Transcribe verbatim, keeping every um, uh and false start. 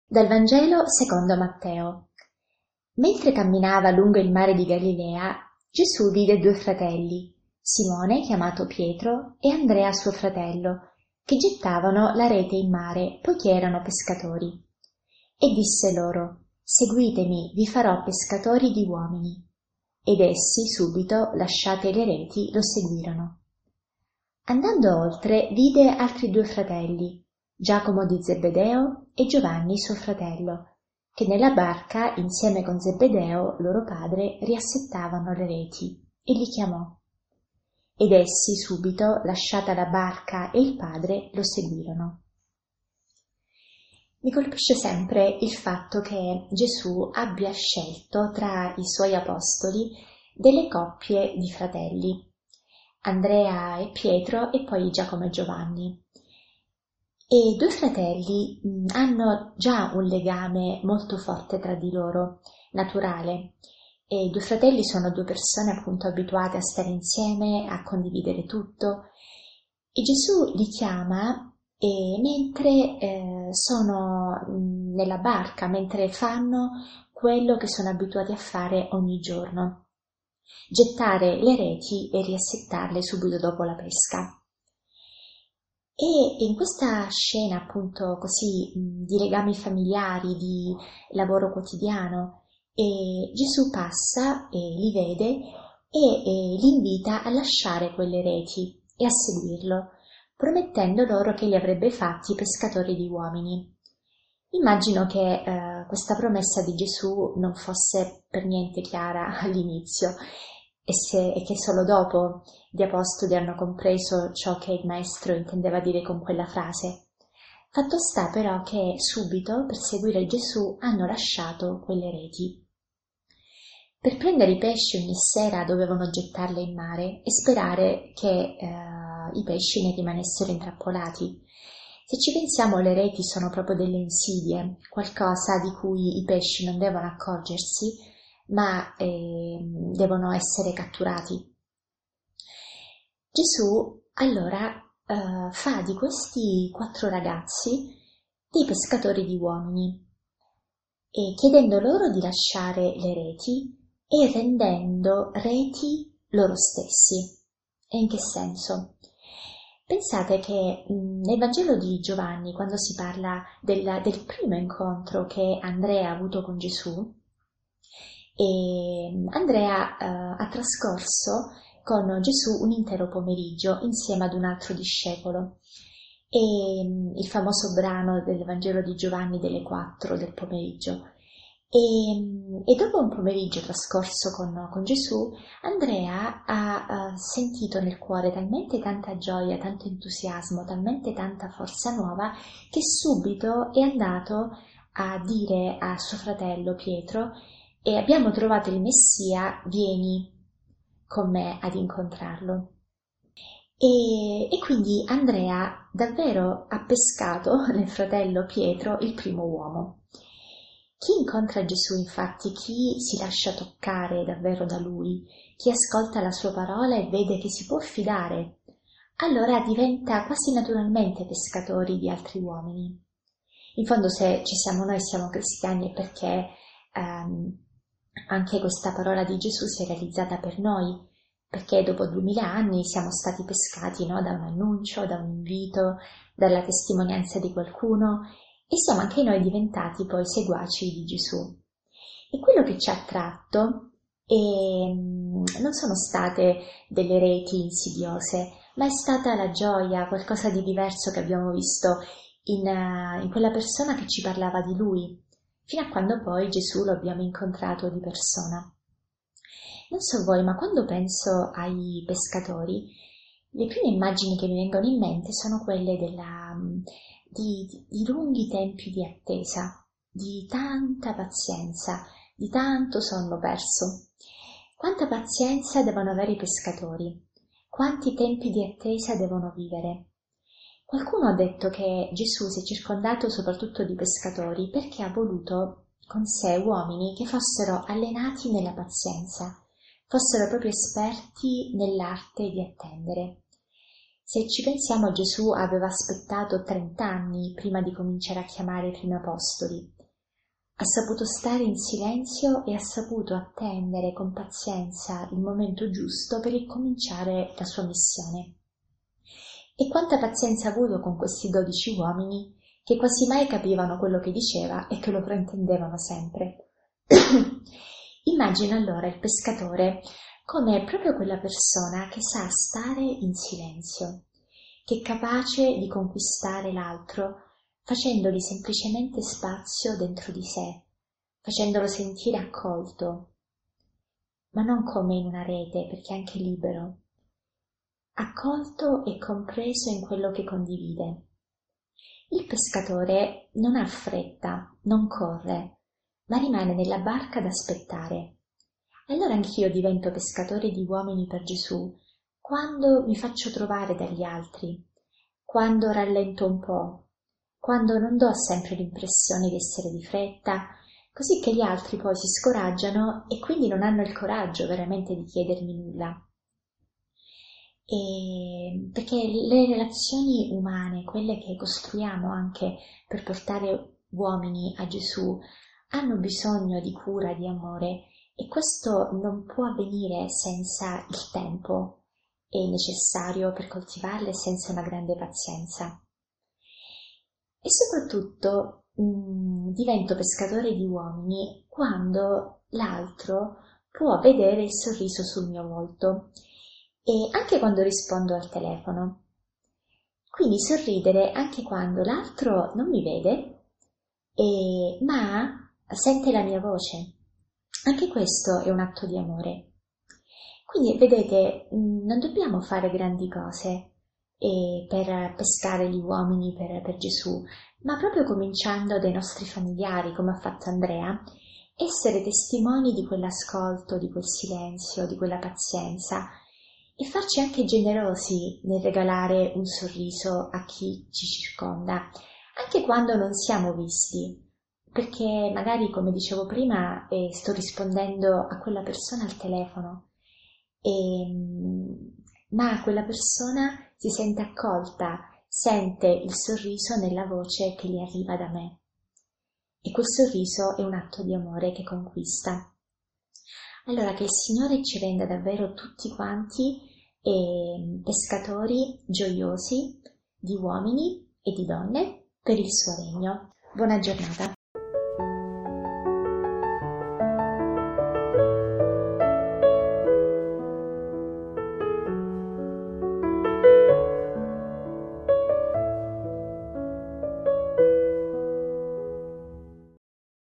Dal Vangelo secondo Matteo. Mentre camminava lungo il mare di Galilea, Gesù vide due fratelli, Simone, chiamato Pietro, e Andrea suo fratello, che gettavano la rete in mare, poiché erano pescatori. E disse loro: «Seguitemi, vi farò pescatori di uomini». Ed essi, subito, lasciate le reti, lo seguirono. Andando oltre, vide altri due fratelli, Giacomo di Zebedeo e Giovanni suo fratello, che nella barca, insieme con Zebedeo, loro padre, riassettavano le reti, e li chiamò. Ed essi, subito, lasciata la barca e il padre, lo seguirono. Mi colpisce sempre il fatto che Gesù abbia scelto tra i suoi apostoli delle coppie di fratelli, Andrea e Pietro e poi Giacomo e Giovanni. E due fratelli mh, hanno già un legame molto forte tra di loro, naturale. E i due fratelli sono due persone appunto abituate a stare insieme, a condividere tutto. E Gesù li chiama e mentre eh, sono mh, nella barca, mentre fanno quello che sono abituati a fare ogni giorno, gettare le reti e riassettarle subito dopo la pesca. E in questa scena appunto così mh, di legami familiari, di lavoro quotidiano, e Gesù passa e li vede e, e li invita a lasciare quelle reti e a seguirlo, promettendo loro che li avrebbe fatti pescatori di uomini. Immagino che eh, questa promessa di Gesù non fosse per niente chiara all'inizio e, se, e che solo dopo gli apostoli hanno compreso ciò che il maestro intendeva dire con quella frase. Fatto sta però che subito, per seguire Gesù, hanno lasciato quelle reti. Per prendere i pesci ogni sera dovevano gettarle in mare e sperare che eh, i pesci ne rimanessero intrappolati. Se ci pensiamo, le reti sono proprio delle insidie, qualcosa di cui i pesci non devono accorgersi, ma eh, devono essere catturati. Gesù allora eh, fa di questi quattro ragazzi dei pescatori di uomini, e chiedendo loro di lasciare le reti e rendendo reti loro stessi. E in che senso? Pensate che mh, nel Vangelo di Giovanni, quando si parla del, del primo incontro che Andrea ha avuto con Gesù, e Andrea eh, ha trascorso con Gesù un intero pomeriggio insieme ad un altro discepolo. E mh, il famoso brano del Vangelo di Giovanni delle quattro del pomeriggio. E, e dopo un pomeriggio trascorso con, con Gesù, Andrea ha, ha sentito nel cuore talmente tanta gioia, tanto entusiasmo, talmente tanta forza nuova, che subito è andato a dire a suo fratello Pietro: e abbiamo trovato il Messia, vieni con me ad incontrarlo. E, e quindi Andrea davvero ha pescato nel fratello Pietro il primo uomo. Chi incontra Gesù, infatti, chi si lascia toccare davvero da lui, chi ascolta la sua parola e vede che si può fidare, allora diventa quasi naturalmente pescatori di altri uomini. In fondo, se ci siamo noi, siamo cristiani, è perché ehm, anche questa parola di Gesù si è realizzata per noi, perché dopo duemila anni siamo stati pescati, no? Da un annuncio, da un invito, dalla testimonianza di qualcuno, e siamo anche noi diventati poi seguaci di Gesù. E quello che ci ha attratto e, non sono state delle reti insidiose, ma è stata la gioia, qualcosa di diverso che abbiamo visto in, uh, in quella persona che ci parlava di Lui, fino a quando poi Gesù lo abbiamo incontrato di persona. Non so voi, ma quando penso ai pescatori, le prime immagini che mi vengono in mente sono quelle della, di, di, di lunghi tempi di attesa, di tanta pazienza, di tanto sonno perso. Quanta pazienza devono avere i pescatori? Quanti tempi di attesa devono vivere? Qualcuno ha detto che Gesù si è circondato soprattutto di pescatori perché ha voluto con sé uomini che fossero allenati nella pazienza, fossero proprio esperti nell'arte di attendere. Se ci pensiamo, Gesù aveva aspettato trent'anni prima di cominciare a chiamare i primi apostoli, ha saputo stare in silenzio e ha saputo attendere con pazienza il momento giusto per ricominciare la sua missione. E quanta pazienza ha avuto con questi dodici uomini che quasi mai capivano quello che diceva e che lo fraintendevano sempre. Immagina allora il pescatore come proprio quella persona che sa stare in silenzio, che è capace di conquistare l'altro facendogli semplicemente spazio dentro di sé, facendolo sentire accolto, ma non come in una rete, perché è anche libero, accolto e compreso in quello che condivide. Il pescatore non ha fretta, non corre, ma rimane nella barca ad aspettare. Allora anch'io divento pescatore di uomini per Gesù, quando mi faccio trovare dagli altri, quando rallento un po', quando non do sempre l'impressione di essere di fretta, così che gli altri poi si scoraggiano e quindi non hanno il coraggio veramente di chiedermi nulla. E perché le relazioni umane, quelle che costruiamo anche per portare uomini a Gesù, hanno bisogno di cura, di amore, e questo non può avvenire senza il tempo è necessario per coltivarle, senza una grande pazienza. E soprattutto mh, divento pescatore di uomini quando l'altro può vedere il sorriso sul mio volto e anche quando rispondo al telefono. Quindi sorridere anche quando l'altro non mi vede, e, ma sente la mia voce. Anche questo è un atto di amore. Quindi vedete, non dobbiamo fare grandi cose eh, per pescare gli uomini per, per Gesù, ma proprio cominciando dai nostri familiari, come ha fatto Andrea, essere testimoni di quell'ascolto, di quel silenzio, di quella pazienza e farci anche generosi nel regalare un sorriso a chi ci circonda, anche quando non siamo visti. Perché magari, come dicevo prima, eh, sto rispondendo a quella persona al telefono, e, ma quella persona si sente accolta, sente il sorriso nella voce che gli arriva da me. E quel sorriso è un atto di amore che conquista. Allora che il Signore ci renda davvero tutti quanti eh, pescatori gioiosi di uomini e di donne per il suo regno. Buona giornata.